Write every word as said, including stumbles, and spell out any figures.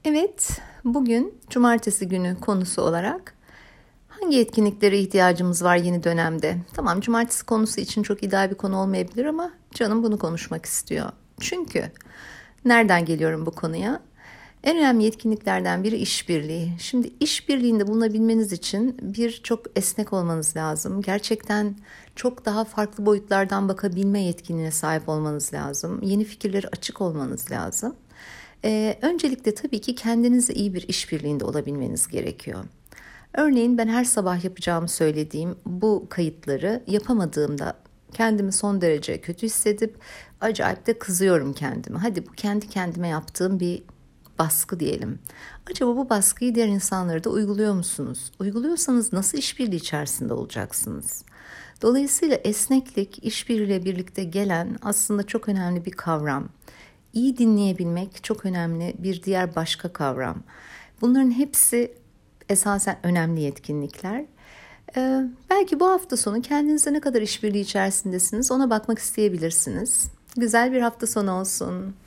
Evet, bugün cumartesi günü konusu olarak hangi etkinliklere ihtiyacımız var yeni dönemde? Tamam, cumartesi konusu için çok ideal bir konu olmayabilir ama canım bunu konuşmak istiyor. Çünkü nereden geliyorum bu konuya? En önemli yetkinliklerden biri işbirliği. Şimdi işbirliğinde bulunabilmeniz için bir çok esnek olmanız lazım. Gerçekten çok daha farklı boyutlardan bakabilme yetkinliğine sahip olmanız lazım. Yeni fikirlere açık olmanız lazım. Ee, öncelikle tabii ki kendinizle iyi bir işbirliğinde olabilmeniz gerekiyor. Örneğin ben her sabah yapacağımı söylediğim bu kayıtları yapamadığımda kendimi son derece kötü hissedip acayip de kızıyorum kendime. Hadi bu kendi kendime yaptığım bir baskı diyelim. Acaba bu baskıyı diğer insanlara da uyguluyor musunuz? Uyguluyorsanız nasıl işbirliği içerisinde olacaksınız? Dolayısıyla esneklik, işbirliğiyle birlikte gelen aslında çok önemli bir kavram. İyi dinleyebilmek çok önemli bir diğer başka kavram. Bunların hepsi esasen önemli yetkinlikler. Ee, belki bu hafta sonu kendinizle ne kadar işbirliği içerisindesiniz ona bakmak isteyebilirsiniz. Güzel bir hafta sonu olsun.